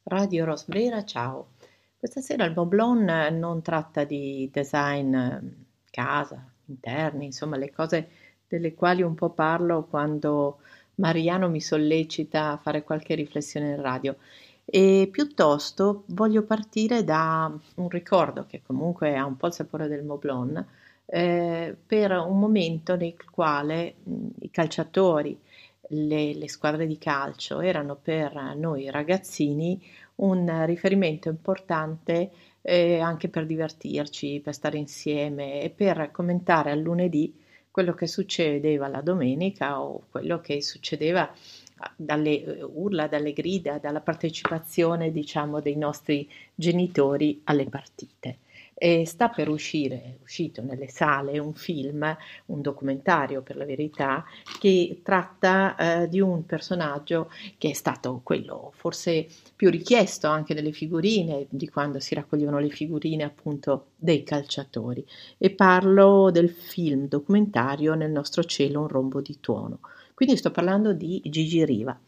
Radio Rosbrera, ciao. Questa sera il Moblon non tratta di design casa, interni, insomma le cose delle quali un po' parlo quando Mariano mi sollecita a fare qualche riflessione in radio. E piuttosto voglio partire da un ricordo che comunque ha un po' il sapore del Moblon, per un momento nel quale i calciatori, le squadre di calcio erano per noi ragazzini un riferimento importante, anche per divertirci, per stare insieme e per commentare al lunedì quello che succedeva la domenica o quello che succedeva dalle urla, dalle grida, dalla partecipazione, diciamo, dei nostri genitori alle partite. E sta per uscire, è uscito nelle sale un film, un documentario per la verità, che tratta di un personaggio che è stato quello forse più richiesto anche nelle figurine, di quando si raccoglievano le figurine appunto dei calciatori. E parlo del film documentario Nel nostro cielo un rombo di tuono. Quindi sto parlando di Gigi Riva.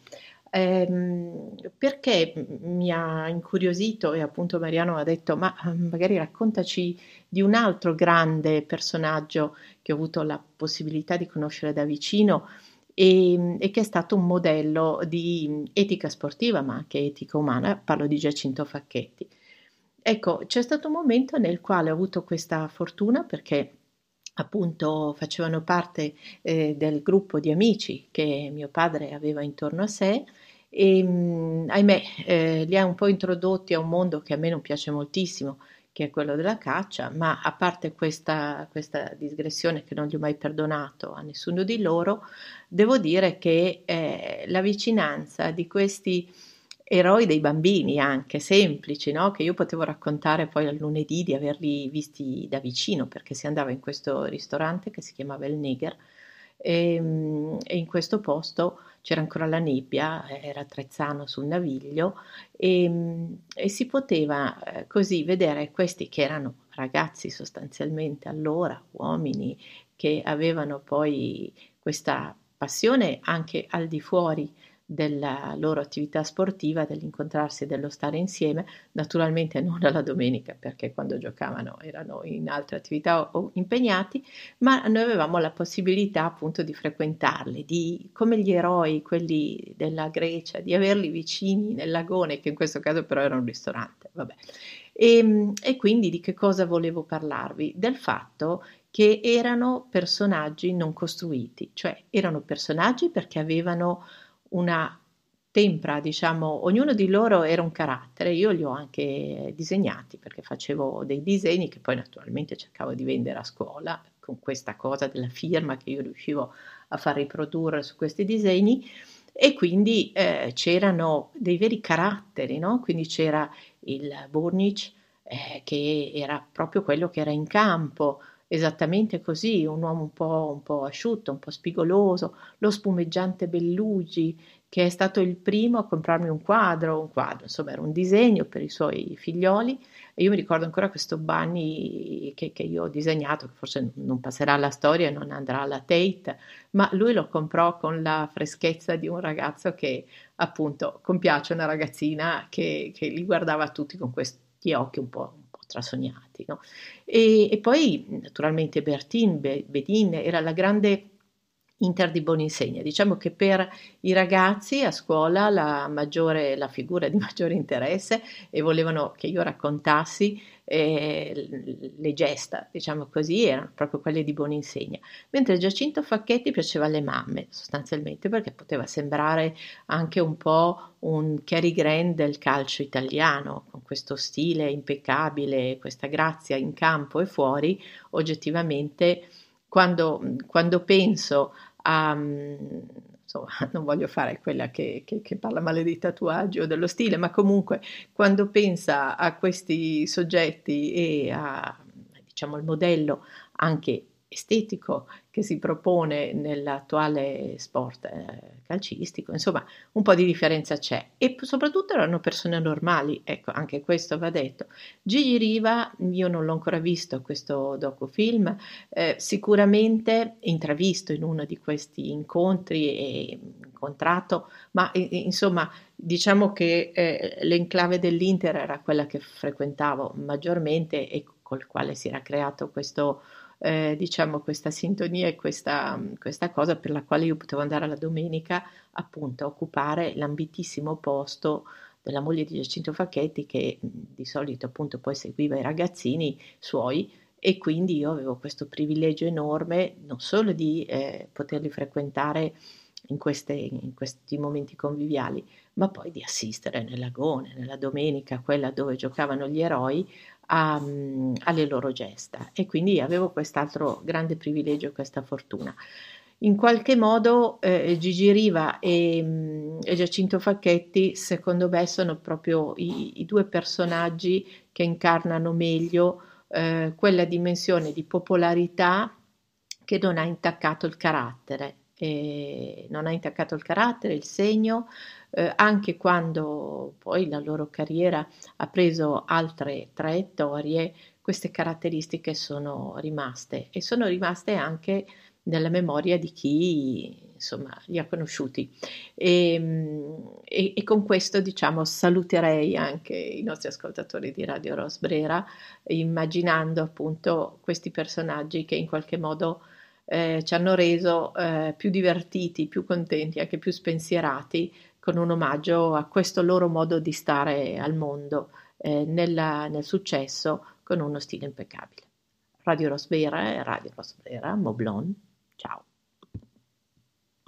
Perché mi ha incuriosito e appunto Mariano ha detto ma magari raccontaci di un altro grande personaggio che ho avuto la possibilità di conoscere da vicino e che è stato un modello di etica sportiva, ma anche etica umana, parlo di Giacinto Facchetti. Ecco, c'è stato un momento nel quale ho avuto questa fortuna perché appunto facevano parte del gruppo di amici che mio padre aveva intorno a sé e ahimè li ha un po' introdotti a un mondo che a me non piace moltissimo, che è quello della caccia, ma a parte questa digressione che non gli ho mai perdonato a nessuno di loro, devo dire che la vicinanza di questi eroi dei bambini anche semplici, no? Che io potevo raccontare poi al lunedì di averli visti da vicino perché si andava in questo ristorante che si chiamava Il Neger e in questo posto c'era ancora la nebbia, era a Trezzano sul Naviglio e si poteva così vedere questi che erano ragazzi sostanzialmente allora, uomini che avevano poi questa passione anche al di fuori della loro attività sportiva, dell'incontrarsi e dello stare insieme, naturalmente non alla domenica perché quando giocavano erano in altre attività o impegnati, ma noi avevamo la possibilità appunto di frequentarli, di, come gli eroi, quelli della Grecia, di averli vicini nel lagone, che in questo caso però era un ristorante, vabbè. E quindi di che cosa volevo parlarvi? Del fatto che erano personaggi non costruiti, cioè erano personaggi perché avevano una tempra, diciamo, ognuno di loro era un carattere, io li ho anche disegnati perché facevo dei disegni che poi naturalmente cercavo di vendere a scuola con questa cosa della firma che io riuscivo a far riprodurre su questi disegni e quindi c'erano dei veri caratteri, no? Quindi c'era il Burnic che era proprio quello che era in campo, esattamente così, un uomo un po' asciutto, un po' spigoloso, lo spumeggiante Bellugi, che è stato il primo a comprarmi un quadro, insomma era un disegno per i suoi figlioli e io mi ricordo ancora questo Bunny che io ho disegnato, che forse non passerà alla storia e non andrà alla Tate, ma lui lo comprò con la freschezza di un ragazzo che appunto compiace una ragazzina che li guardava tutti con questi occhi un po' trasognati, no? E poi naturalmente Bertin, Bedin era la grande Inter di Boninsegna. Diciamo che per i ragazzi a scuola la figura di maggiore interesse e volevano che io raccontassi le gesta, diciamo così, erano proprio quelle di Boninsegna. Mentre Giacinto Facchetti piaceva alle mamme, sostanzialmente, perché poteva sembrare anche un po' un Cary Grant del calcio italiano, con questo stile impeccabile, questa grazia in campo e fuori, oggettivamente quando penso insomma, non voglio fare quella che parla male dei tatuaggi o dello stile, ma comunque quando pensa a questi soggetti e a, diciamo, il modello anche estetico che si propone nell'attuale sport calcistico, insomma, un po' di differenza c'è. E soprattutto erano persone normali, ecco, anche questo va detto. Gigi Riva, io non l'ho ancora visto questo docufilm, sicuramente intravisto in uno di questi incontri e incontrato, ma insomma diciamo che l'enclave dell'Inter era quella che frequentavo maggiormente e col quale si era creato questo, diciamo, questa sintonia e questa cosa per la quale io potevo andare la domenica appunto a occupare l'ambitissimo posto della moglie di Giacinto Facchetti che di solito appunto poi seguiva i ragazzini suoi e quindi io avevo questo privilegio enorme non solo di poterli frequentare in questi momenti conviviali, ma poi di assistere nell'agone, nella domenica, quella dove giocavano gli eroi, alle loro gesta. E quindi avevo quest'altro grande privilegio, questa fortuna. In qualche modo Gigi Riva e Giacinto Facchetti, secondo me, sono proprio i due personaggi che incarnano meglio quella dimensione di popolarità che non ha intaccato il carattere, non ha intaccato il carattere, il segno, anche quando poi la loro carriera ha preso altre traiettorie, queste caratteristiche sono rimaste e sono rimaste anche nella memoria di chi insomma li ha conosciuti. E con questo diciamo saluterei anche i nostri ascoltatori di Radio Rosbrera immaginando appunto questi personaggi che in qualche modo ci hanno reso più divertiti, più contenti, anche più spensierati, con un omaggio a questo loro modo di stare al mondo, nel successo, con uno stile impeccabile. Radio Rosbrera e Radio Rosbrera, Moblon, ciao.